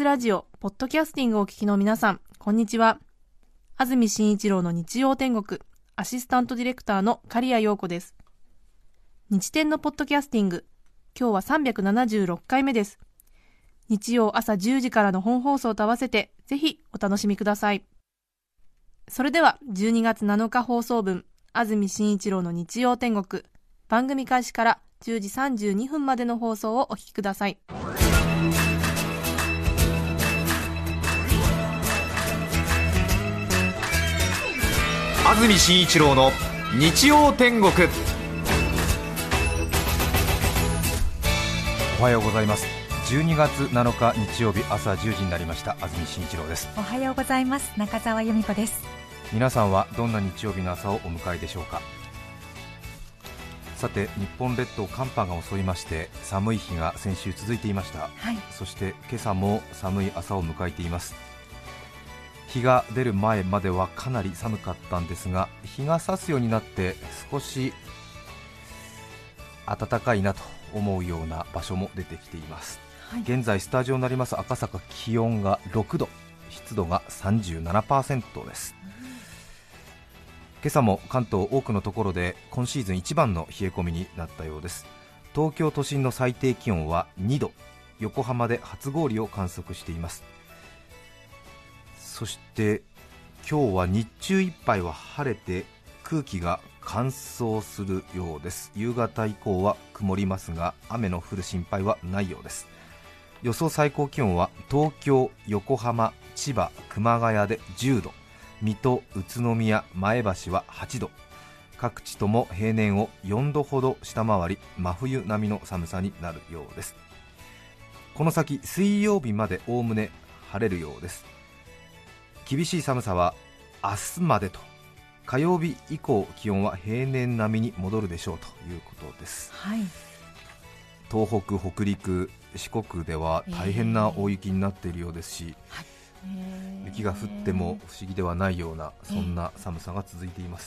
ラジオ、ポッドキャスティングをお聞きの皆さん、こんにちは。安住紳一郎の日曜天国、アシスタントディレクターの刈谷陽子です。日天のポッドキャスティング、今日は376回目です。日曜朝10時からの本放送と合わせて、ぜひお楽しみください。それでは、12月7日放送分、安住紳一郎の日曜天国、番組開始から10時32分までの放送をお聞きください。 安住紳一郎の日曜天国。おはようございます。12月7日日曜日朝10時になりました。安住紳一郎です。 おはようございます。中澤由美子です。 皆さんはどんな日曜日の朝をお迎えでしょうか。さて、日本列島寒波が襲いまして寒い日が先週続いていました、はい、そして今朝も寒い朝を迎えています。日が出る前まではかなり寒かったんですが、日が差すようになって少し暖かいなと思うような場所も出てきています、はい、現在スタジオになります赤坂、気温が6度、湿度が 37% です、今朝も関東多くのところで今シーズン一番の冷え込みになったようです。東京都心の最低気温は2度、横浜で初氷を観測しています。そして今日は日中いっぱいは晴れて空気が乾燥するようです。夕方以降は曇りますが雨の降る心配はないようです。予想最高気温は東京、横浜、千葉、熊谷で10度、水戸、宇都宮、前橋は8度、各地とも平年を4度ほど下回り真冬並みの寒さになるようです。この先水曜日までおおむね晴れるようです。厳しい寒さは明日までと、火曜日以降気温は平年並みに戻るでしょうということです、はい、東北、北陸、四国では大変な大雪になっているようですし、雪が降っても不思議ではないようなそんな寒さが続いています。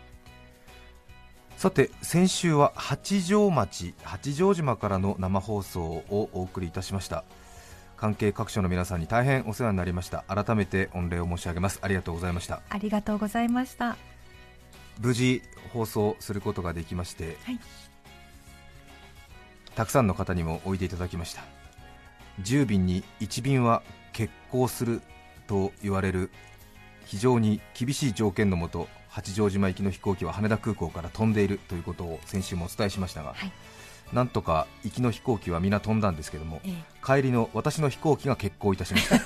さて、先週は八丈町、八丈島からの生放送をお送りいたしました。関係各所の皆さんに大変お世話になりました。改めて御礼を申し上げます。ありがとうございました。 ありがとうございました。 無事放送することができまして、はい、たくさんの方にもおいでいただきました。10便に1便は欠航すると言われる非常に厳しい条件のもと、八丈島行きの飛行機は羽田空港から飛んでいるということを先週もお伝えしましたが、はい、なんとか行きの飛行機は皆飛んだんですけども、帰りの私の飛行機が欠航いたしました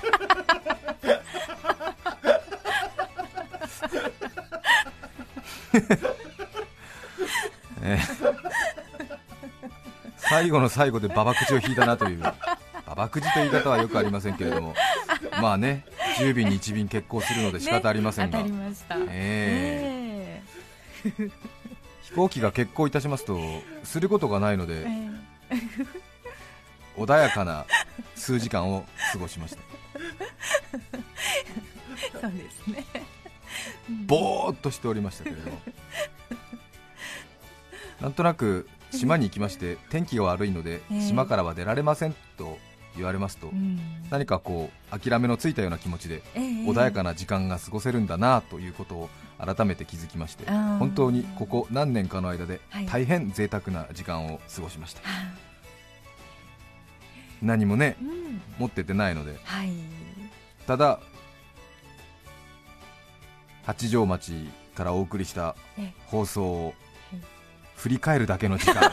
最後の最後でババくじを引いたなという、ババくじという言い方はよくありませんけれども、まあね、10便に1便欠航するので仕方ありませんが、 当たりました。 飛行機が欠航いたしますとすることがないので、穏やかな数時間を過ごしましたそうですね、 ぼーっとしておりましたけれどもなんとなく島に行きまして天気が悪いので島からは出られませんと言われますと、何かこう諦めのついたような気持ちで穏やかな時間が過ごせるんだなということを改めて気づきまして、本当にここ何年かの間で大変贅沢な時間を過ごしました、何もね、持っててないので、ただ八丈町からお送りした放送を振り返るだけの時間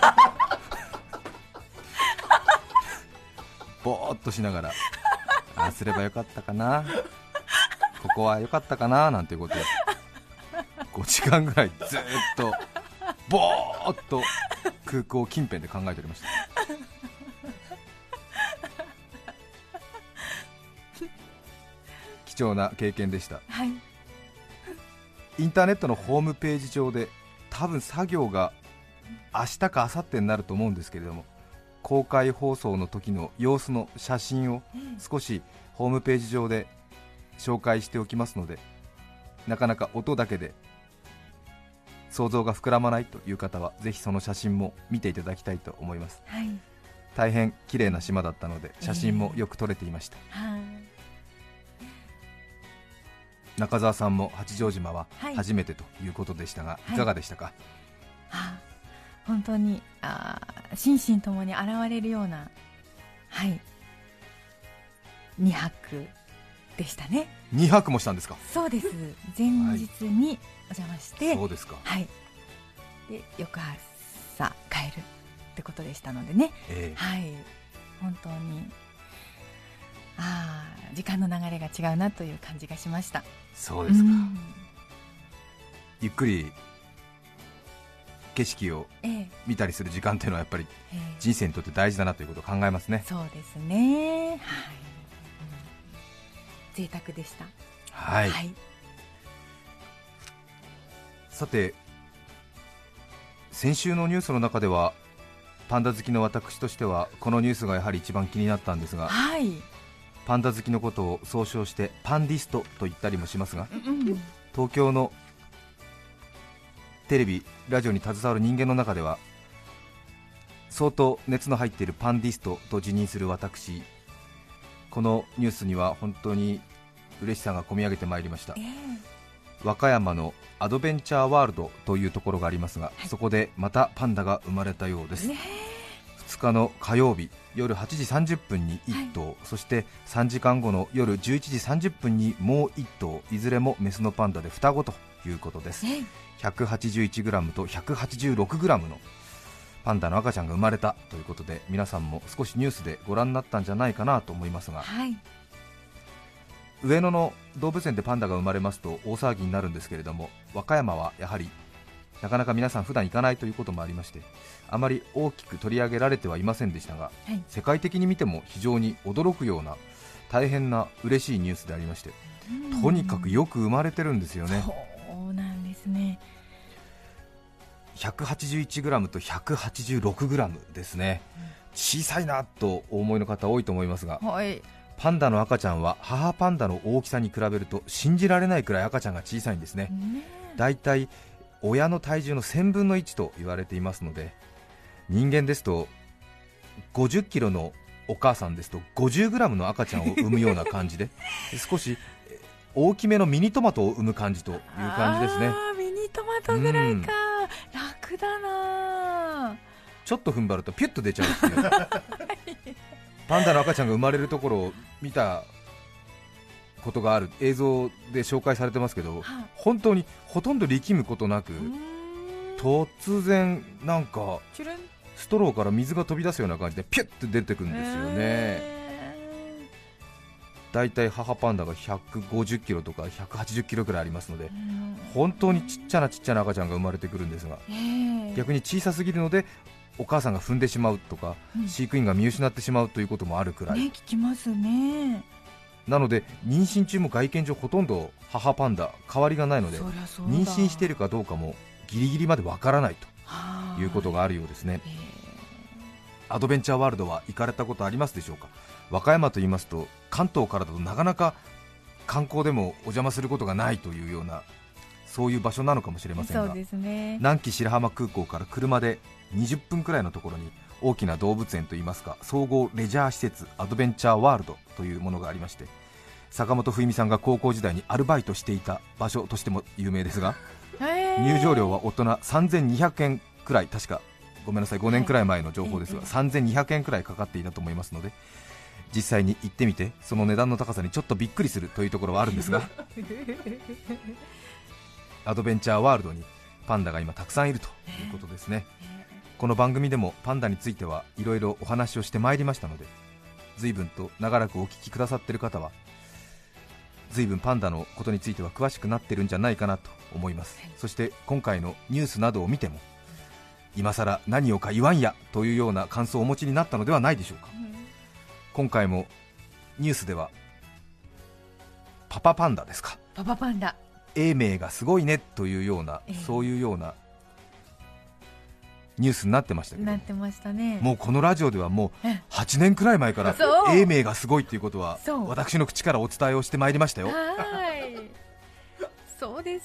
ぼーっとしながら、ああすればよかったかな、ここはよかったかななんていうことで5時間ぐらいずーっとぼーっと空港近辺で考えておりました貴重な経験でした、はい、インターネットのホームページ上で多分作業が明日か明後日になると思うんですけれども、公開放送の時の様子の写真を少しホームページ上で紹介しておきますので、なかなか音だけで想像が膨らまないという方はぜひその写真も見ていただきたいと思います、はい、 大変綺麗な島だったので写真もよく撮れていました、中澤さんも八丈島は初めてということでしたが、いかがでしたか？ 本当に心身ともに現れるような、2泊でしたね。 2泊もしたんですか？ そうです。前日にお邪魔して、 そうですか。 で翌朝帰るってことでしたのでね、本当に時間の流れが違うなという感じがしました。 そうですか、ゆっくり景色を見たりする時間というのはやっぱり人生にとって大事だなということを考えますね。 そうですね、贅沢でした。 さて、先週のニュースの中ではパンダ好きの私としてはこのニュースがやはり一番気になったんですが、パンダ好きのことを総称してパンディストと言ったりもしますが、東京のテレビラジオに携わる人間の中では相当熱の入っているパンディストと自認する私、このニュースには本当に嬉しさがこみ上げてまいりました。和歌山のアドベンチャーワールドというところがありますが、そこでまたパンダが生まれたようです、2日の火曜日夜8時30分に1頭、そして3時間後の夜11時30分にもう1頭、いずれもメスのパンダで双子ということです。181g と 186g のパンダの赤ちゃんが生まれたということで、皆さんも少しニュースでご覧になったんじゃないかなと思いますが、上野の動物園でパンダが生まれますと大騒ぎになるんですけれども、和歌山はやはりなかなか皆さん普段行かないということもありまして、あまり大きく取り上げられてはいませんでしたが、世界的に見ても非常に驚くような大変な嬉しいニュースでありまして、とにかくよく生まれてるんですよね。 そうなんですね。 181g と 186g ですね、小さいなとお思いの方多いと思いますが、パンダの赤ちゃんは母パンダの大きさに比べると信じられないくらい赤ちゃんが小さいんですね。だいたい親の体重の1000分の1と言われていますので、人間ですと50キロのお母さんですと 50g の赤ちゃんを産むような感じで少し大きめのミニトマトを産む感じという感じですね。 ミニトマトぐらいか、楽だな。 ちょっと踏ん張るとピュッと出ちゃうっていうパンダの赤ちゃんが生まれるところを見たことがある映像で紹介されてますけど、本当にほとんど力むことなく突然なんかストローから水が飛び出すような感じでピュッと出てくるんですよね。だいたい母パンダが150キロとか180キロくらいありますので、本当にちっちゃな赤ちゃんが生まれてくるんですが、逆に小さすぎるのでお母さんが踏んでしまうとか、飼育員が見失ってしまうということもあるくらい、 聞きますね。 なので妊娠中も外見上ほとんど母パンダ変わりがないので、妊娠しているかどうかもギリギリまでわからないということがあるようですね。アドベンチャーワールドは行かれたことありますでしょうか？和歌山と言いますと関東からだとなかなか観光でもお邪魔することがないというような、そういう場所なのかもしれませんが、 そうですね、 南紀白浜空港から車で20分くらいのところに大きな動物園といいますか、総合レジャー施設アドベンチャーワールドというものがありまして、坂本冬美さんが高校時代にアルバイトしていた場所としても有名ですが、入場料は大人3200円くらい、確かごめんなさい5年くらい前の情報ですが、3200円くらいかかっていたと思いますので、実際に行ってみてその値段の高さにちょっとびっくりするというところはあるんですがアドベンチャーワールドにパンダが今たくさんいるということですね。この番組でもパンダについてはいろいろお話をしてまいりましたので、随分と長らくお聞きくださっている方は随分パンダのことについては詳しくなっているんじゃないかなと思います。そして今回のニュースなどを見ても今さら何をか言わんやというような感想をお持ちになったのではないでしょうか。今回もニュースではパパパンダですか、 パパパンダ永明がすごいねというような、そういうようなニュースになってましたけど、 なってましたね。 もうこのラジオではもう8年くらい前から永明がすごいということは私の口からお伝えをしてまいりましたよ。 そうです。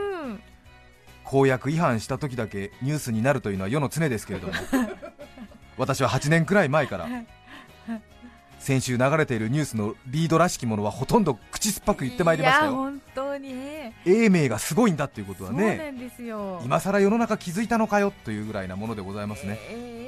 公約違反した時だけニュースになるというのは世の常ですけれども私は8年くらい前から先週流れているニュースのリードらしきものはほとんど口酸っぱく言ってまいりましたよ。 いや本当に英明がすごいんだっていうことはそうなね、 んですよ。 今更世の中気づいたのかよというぐらいなものでございますね。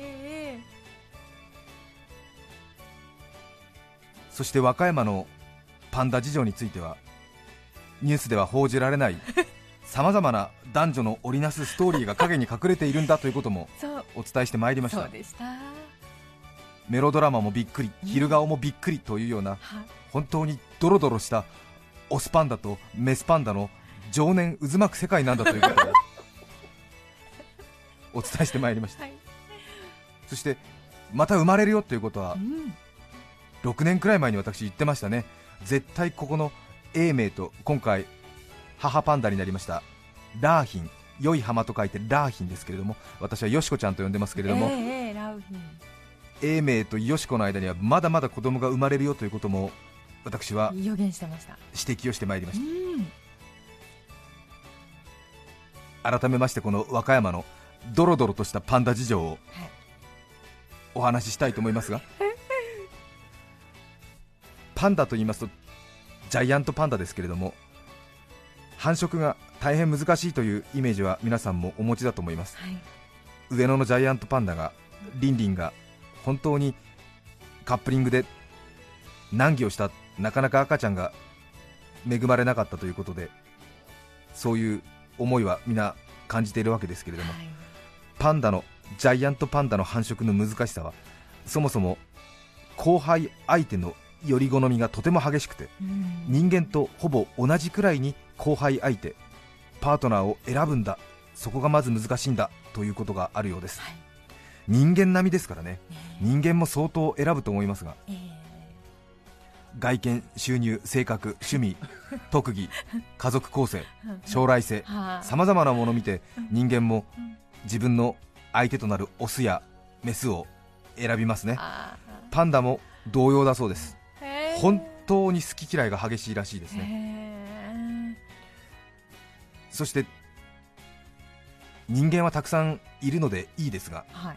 そして和歌山のパンダ事情についてはニュースでは報じられないさまざまな男女の織りなすストーリーが影に隠れているんだということもお伝えしてまいりました。 そうでした。 メロドラマもびっくり、昼顔もびっくりというような、本当にドロドロしたオスパンダとメスパンダの情念渦巻く世界なんだということをお伝えしてまいりました、はい、そしてまた生まれるよということは、6年くらい前に私言ってましたね。絶対ここの永明と今回母パンダになりましたラーヒン、良い浜と書いてラーヒンですけれども、私はよしこちゃんと呼んでますけれども、 ラーヒン、 永明とよしこの間にはまだまだ子供が生まれるよということも私は予言してました。 指摘をしてまいりました。改めましてこの和歌山のドロドロとしたパンダ事情をお話ししたいと思いますが、パンダと言いますとジャイアントパンダですけれども、繁殖が大変難しいというイメージは皆さんもお持ちだと思います、はい、上野のジャイアントパンダがリンリンが本当にカップリングで難儀をした、なかなか赤ちゃんが恵まれなかったということで、そういう思いは皆感じているわけですけれども、はい、パンダのジャイアントパンダの繁殖の難しさはそもそも交配相手のより好みがとても激しくて、人間とほぼ同じくらいに交配相手パートナーを選ぶんだ、そこがまず難しいんだということがあるようです、はい、人間並みですからね、人間も相当選ぶと思いますが、外見、収入、性格、趣味、特技、家族構成、将来性、さまざまなものを見て人間も自分の相手となるオスやメスを選びますね。パンダも同様だそうです。本当に好き嫌いが激しいらしいですね。そして人間はたくさんいるのでいいですが、はい、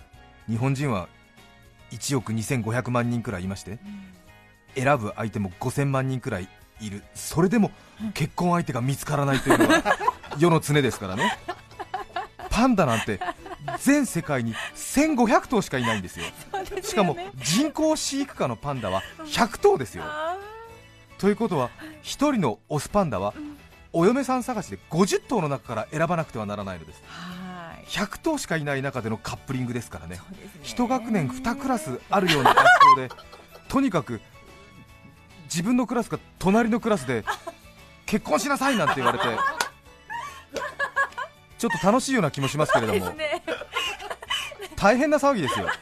日本人は1億2500万人くらいいまして、選ぶ相手も5000万人くらいいる。それでも結婚相手が見つからないというのが世の常ですからね。パンダなんて全世界に1500頭しかいないんですよ。しかも人工飼育下のパンダは100頭ですよ。ということは1人のオスパンダはお嫁さん探しで50頭の中から選ばなくてはならないのです。100頭しかいない中でのカップリングですからね。1学年2クラスあるような学校でとにかく自分のクラスか隣のクラスで結婚しなさいなんて言われてちょっと楽しいような気もしますけれども、大変な騒ぎですよ。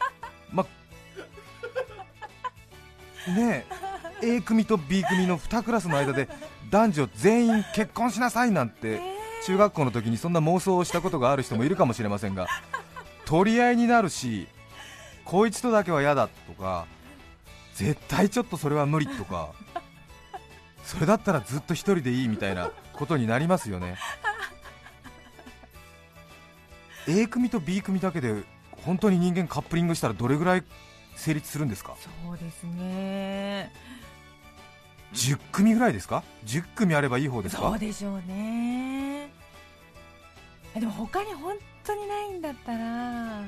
ねえ、A 組と B 組の2クラスの間で男女全員結婚しなさいなんて、中学校の時にそんな妄想をしたことがある人もいるかもしれませんが、取り合いになるし、こいつとだけは嫌だとか、絶対ちょっとそれは無理とか、それだったらずっと一人でいいみたいなことになりますよね。A 組と B 組だけで本当に人間カップリングしたらどれぐらい成立するんですか？ そうですね、 10組ぐらいですか？10組あればいい方ですか？ そうでしょうね。でも他に本当にないんだったら、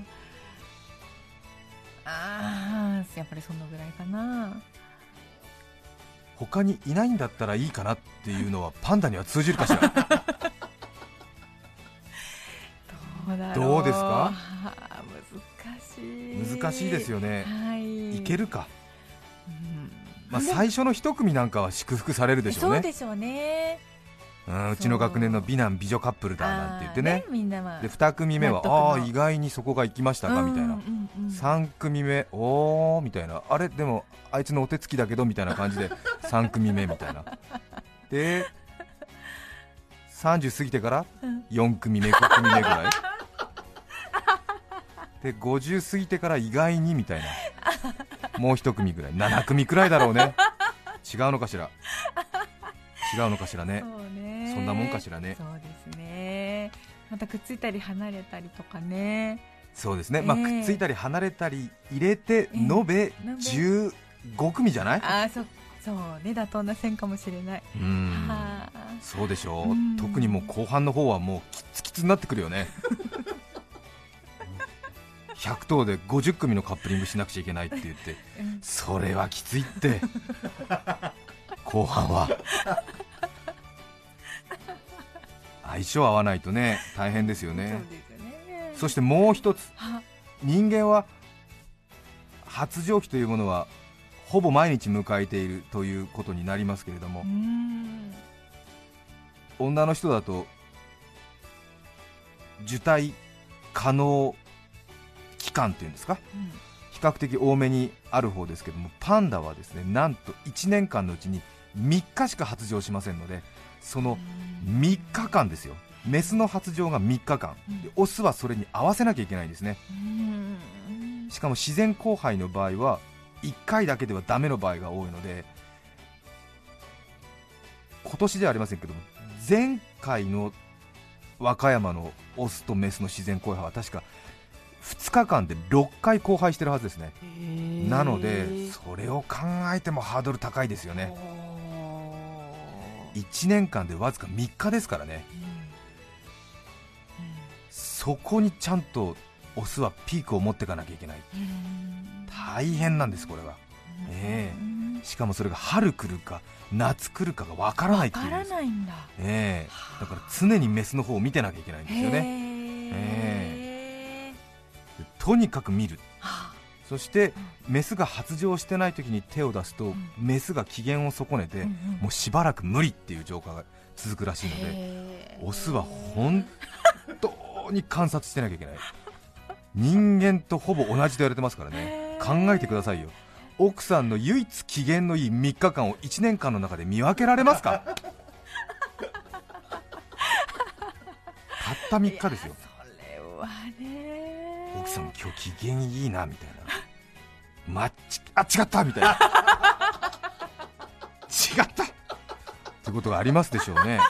やっぱりそのぐらいかな。 他にいないんだったらいいかなっていうのはパンダには通じるかしら。どうですか？難しいですよね、はい、いけるか、最初の一組なんかは祝福されるでしょうね。 そうでしょうね。 うちの学年の美男美女カップルだなんて言ってね、みんなで2組目は意外にそこが行きましたかみたいな、3組目おーみたいな、あれでもあいつのお手つきだけどみたいな感じで3組目みたいなで30過ぎてから4組目5組目ぐらいで50過ぎてから意外にみたいな、もう1組ぐらい、7組くらいだろうね。違うのかしら、違うのかしらね。そんなもんかしらね。 そうですね。またくっついたり離れたりとかね。 そうですね、くっついたり離れたり入れて延べ15組じゃない？ そうね、妥当な線かもしれない。 そうでしょう。特にもう後半の方はもうキツキツになってくるよね100頭で50組のカップリングしなくちゃいけないって言って、それはきついって後半は相性合わないとね大変ですよね。 そうですよね。 そしてもう一つ、人間は発情期というものはほぼ毎日迎えているということになりますけれども、女の人だと受胎可能期間っていうんですか、比較的多めにある方ですけども、パンダはですね、なんと1年間のうちに3日しか発情しませんので、その3日間ですよ、メスの発情が3日間、オスはそれに合わせなきゃいけないんですね。しかも自然交配の場合は1回だけではダメの場合が多いので、今年ではありませんけども、前回の和歌山のオスとメスの自然交配は確か2日間で6回交配してるはずですね。なのでそれを考えてもハードル高いですよね。1年間でわずか3日ですからね、そこにちゃんとオスはピークを持っていかなきゃいけない。大変なんですこれは。しかもそれが春来るか夏来るかがわからないっていう。わからないんだ。だから常にメスの方を見てなきゃいけないんですよね。とにかく見る。そしてメスが発情してない時に手を出すと、メスが機嫌を損ねて、もうしばらく無理っていう状況が続くらしいので、オスは本当に観察してなきゃいけない。人間とほぼ同じと言われてますからね。考えてくださいよ、奥さんの唯一機嫌のいい3日間を1年間の中で見分けられますかたった3日ですよ。 それはね、 奥さん今日機嫌いいなみたいな、違ったみたいな違ったってことがありますでしょうね。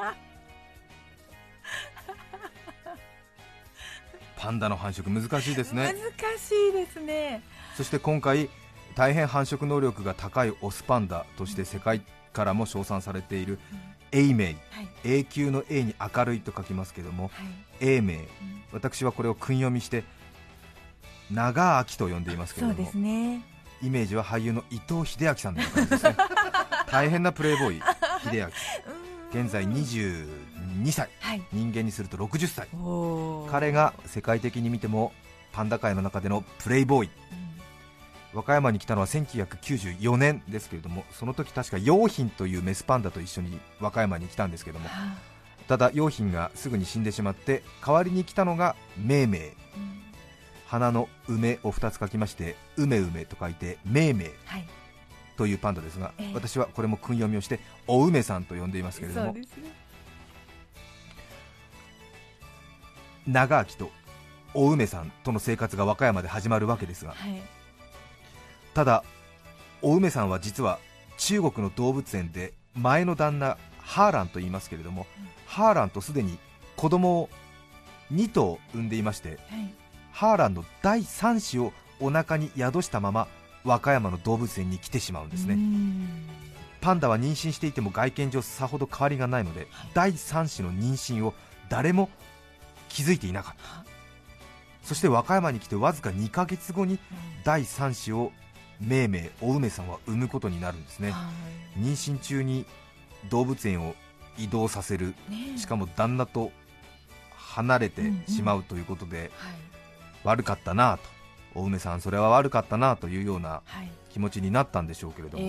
パンダの繁殖難しいですね。 難しいですね。 そして今回大変繁殖能力が高いオスパンダとして世界からも称賛されている永明、永久の永に明るいと書きますけども、永明、私はこれを訓読みして長明と呼んでいますけれども、 そうですね、 イメージは俳優の伊藤英明さんのような感じですね大変なプレイボーイ英明、現在22歳、人間にすると60歳。彼が世界的に見てもパンダ界の中でのプレイボーイ。和歌山に来たのは1994年ですけれども、その時確か陽浜というメスパンダと一緒に和歌山に来たんですけども、ただ陽浜がすぐに死んでしまって代わりに来たのがめいめい、花の梅を2つ書きましてうめうめと書いてめいめいというパンダですが、私はこれも訓読みをしてお梅さんと呼んでいますけれども、長明とお梅さんとの生活が和歌山で始まるわけですが、ただお梅さんは実は中国の動物園で前の旦那ハーランと言いますけれども、ハーランとすでに子供を2頭産んでいまして、ハーランの第3子をお腹に宿したまま和歌山の動物園に来てしまうんですね。パンダは妊娠していても外見上さほど変わりがないので、第3子の妊娠を誰も気づいていなかった。そして和歌山に来てわずか2ヶ月後に第3子をめいめいお梅さんは産むことになるんですね。妊娠中に動物園を移動させる、しかも旦那と離れてしまうということで、悪かったなと、お梅さんそれは悪かったなというような気持ちになったんでしょうけれども、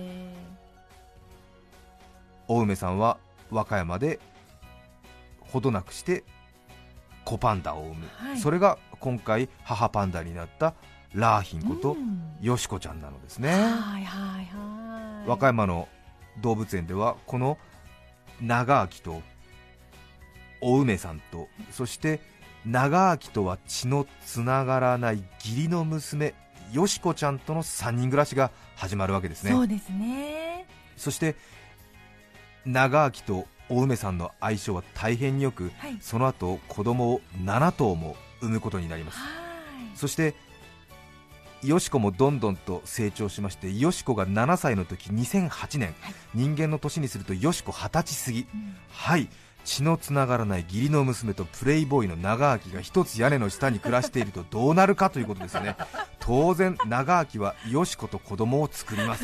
お梅さんは和歌山でほどなくして子パンダを産む、それが今回母パンダになったラーヒンことよしこちゃんなのですね。和歌山の動物園ではこの長明とお梅さんと、そして長明とは血のつながらない義理の娘よしこちゃんとの3人暮らしが始まるわけですね。 そうですね。 そして長明とお梅さんの相性は大変によく、その後子供を7頭も産むことになります。そしてよしこもどんどんと成長しまして、よしこが7歳の時2008年、人間の年にするとよしこ20歳過ぎ、はい、血のつながらない義理の娘とプレイボーイの長明が一つ屋根の下に暮らしているとどうなるかということですよね。当然長明はよしこと子供を作ります。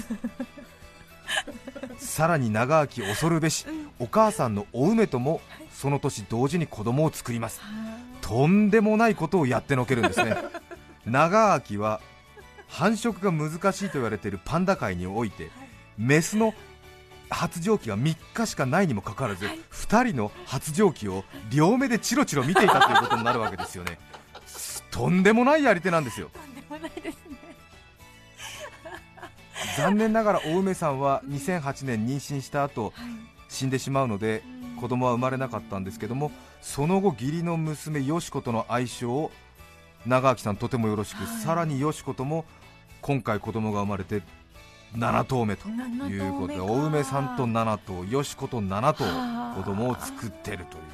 さらに長明恐るべし、お母さんのお梅ともその年同時に子供を作ります。とんでもないことをやってのけるんですね。長明は繁殖が難しいと言われているパンダ界において、メスの発情期が3日しかないにもかかわらず、2人の発情期を両目でチロチロ見ていたということになるわけですよね。とんでもないやり手なんですよ。 とんでもないですね。 残念ながらお梅さんは2008年妊娠した後、死んでしまうので子供は生まれなかったんですけども、その後義理の娘よしことの相性を長明さんとてもよろしく、さらによしことも今回子供が生まれて7頭目ということで、お梅さんと7頭、よしこと7頭子供を作っているという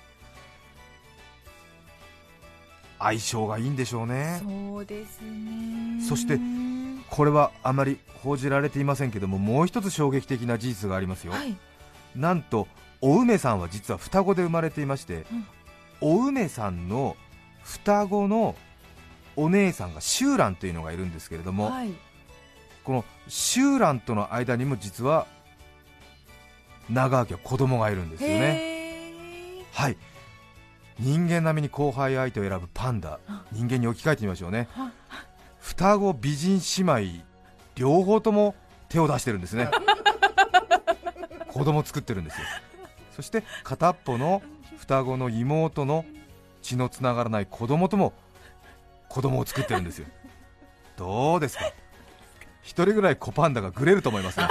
相性がいいんでしょうね。 そうですね。 そしてこれはあまり報じられていませんけども、もう一つ衝撃的な事実がありますよ。なんとお梅さんは実は双子で生まれていまして、お梅さんの双子のお姉さんが秋蘭というのがいるんですけれども、この秋蘭との間にも実は長明は子供がいるんですよね。はい、人間並みに後輩相手を選ぶパンダ、人間に置き換えてみましょうね。双子美人姉妹両方とも手を出してるんですね。子供作ってるんですよ。そして片っぽの双子の妹の血のつながらない子供とも子供を作ってるんですよ。どうですか、一人ぐらい子パンダがグレると思いますね。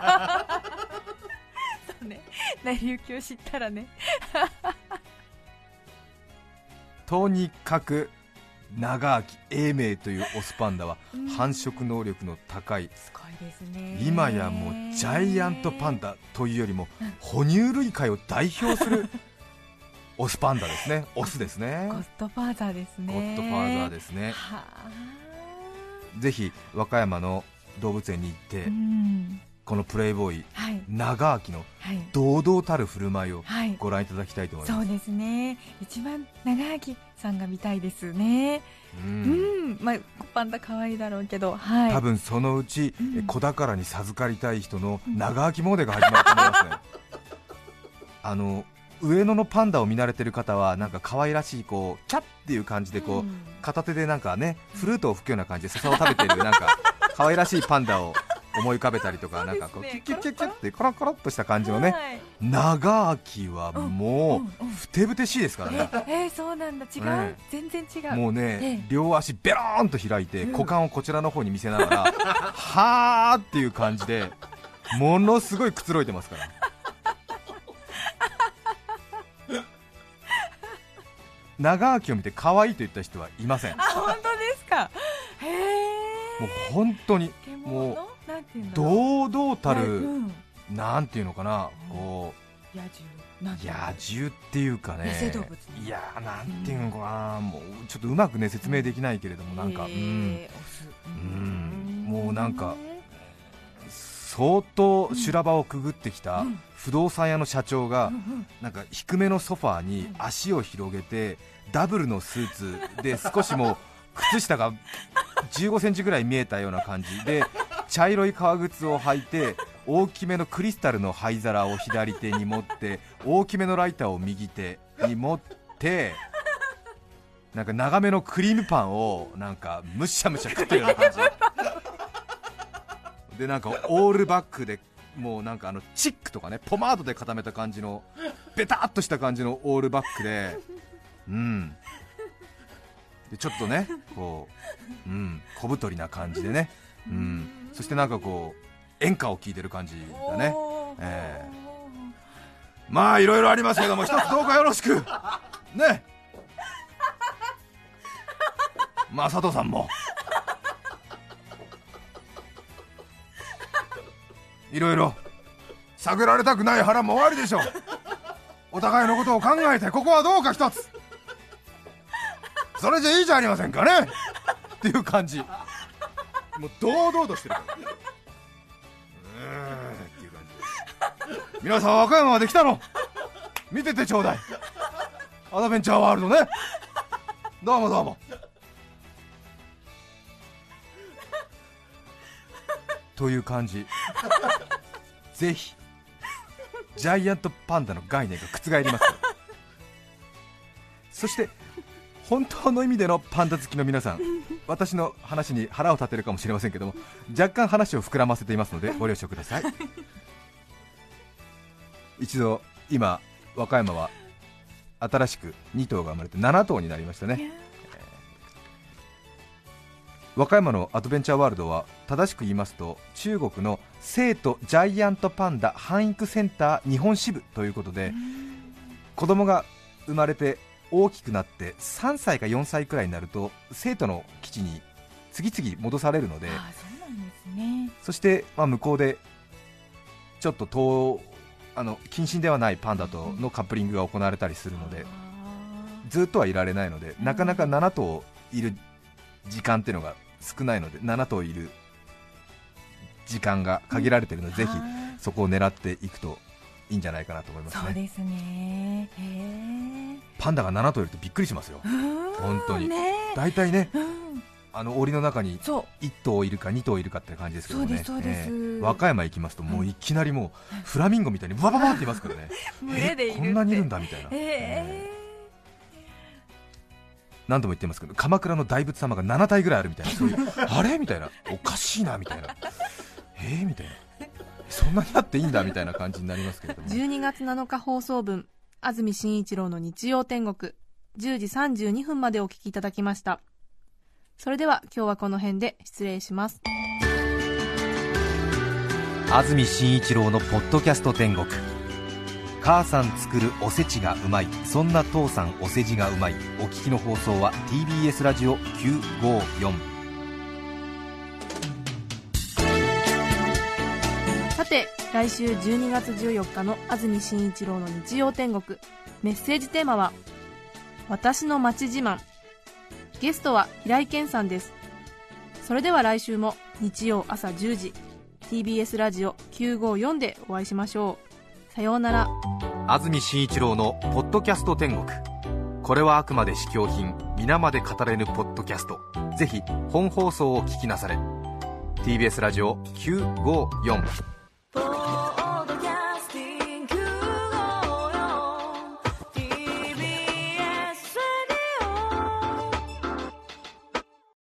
そうね、成り行きを知ったらね。 とにかく長明永明というオスパンダは繁殖能力の高い、 すごいですね。 今やもうジャイアントパンダというよりも哺乳類界を代表するオスパンダですね。オスですね。 ゴッドファーザーですね。 ゴッドファーザーですね。ぜひ和歌山の動物園に行って、このプレイボーイ、長明の堂々たる振る舞いをご覧いただきたいと思います。 そうですね、一番長明さんが見たいですね。まあ、パンダ可愛いだろうけど、 多分そのうち、子宝に授かりたい人の長明詣が始まると思いますね。上野のパンダを見慣れてる方はなんか可愛らしいこうキャッっていう感じでこう、片手でなんかねフルートを吹くような感じで笹を食べているなんか可愛らしいパンダを思い浮かべたりとか、なんかこうキュッキュッキュッキュッってコロコロっとした感じのね、長明はもうふてぶてしいですからね。 そうなんだ、違う、全然違う。 もうね、両足ベローンと開いて股間をこちらの方に見せながらはーっていう感じでものすごいくつろいでますから。長明を見て可愛いと言った人はいません。 本当ですか。 もう本当にもう堂々たる、なんていうのかな、こう野獣っていうかね、いやなんていうのかな、もうちょっとうまくね説明できないけれども、なんかもうなんか相当修羅場をくぐってきた不動産屋の社長がなんか低めのソファーに足を広げてダブルのスーツで少しもう靴下が15センチぐらい見えたような感じで茶色い革靴を履いて大きめのクリスタルの灰皿を左手に持って大きめのライターを右手に持ってなんか長めのクリームパンをなんかむしゃむしゃ食ってるような感じで、なんかオールバックでもうなんかチックとかねポマードで固めた感じのベタっとした感じのオールバックで、でちょっとねこう、小太りな感じでね、そしてなんかこう演歌を聴いてる感じだね。まあいろいろありますけども、一つどうかよろしくね。まあ佐藤さんもいろいろ探られたくない腹も終わりでしょう。お互いのことを考えてここはどうか一つそれじゃいいじゃありませんかねっていう感じ、もう堂々としてるからっていう感じです。皆さん和歌山まで来たの見ててちょうだい、アドベンチャーワールドね。どうもどうもという感じ。ぜひジャイアントパンダの概念が覆ります。そして本当の意味でのパンダ好きの皆さん、私の話に腹を立てるかもしれませんけども、若干話を膨らませていますのでご了承ください。一度今和歌山は新しく2頭が生まれて7頭になりましたね。和歌山のアドベンチャーワールドは正しく言いますと中国の成都ジャイアントパンダ繁育センター日本支部ということで、子供が生まれて大きくなって3歳か4歳くらいになると成都の基地に次々戻されるので、 そうなんですね。 そして、向こうでちょっと近親ではないパンダとのカップリングが行われたりするので、ずっとはいられないので、なかなか7頭いる時間っていうのが少ないので、7頭いる時間が限られているので、ぜひそこを狙っていくといいんじゃないかなと思いますね。 そうですね。 パンダが7頭いるとびっくりしますよ、本当に。だいたいね、檻の中に1頭いるか2頭いるかって感じですけどね。和歌山行きますともういきなりもうフラミンゴみたいにバババっていますからね。こんなにいるんだみたいな。何度も言ってますけど、鎌倉の大仏様が7体ぐらいあるみたいな、そういうあれみたいな、おかしいなみたいな、みたいな、そんなにあっていいんだみたいな感じになりますけれども。 12月7日放送分、安住紳一郎の日曜天国、10時32分までお聞きいただきました。それでは今日はこの辺で失礼します。 安住紳一郎のポッドキャスト天国。母さん作るおせちがうまい、そんな父さんお世辞がうまい。お聞きの放送は TBS ラジオ954。 さて来週12月14日の安住紳一郎の日曜天国、メッセージテーマは私の町自慢。ゲストは平井堅さんです。それでは来週も日曜朝10時 TBS ラジオ954でお会いしましょう。さようなら。 安住紳一郎のポッドキャスト天国。これはあくまで試供品、皆まで語れぬポッドキャスト。ぜひ本放送を聞きなされ。 TBS ラジオ954。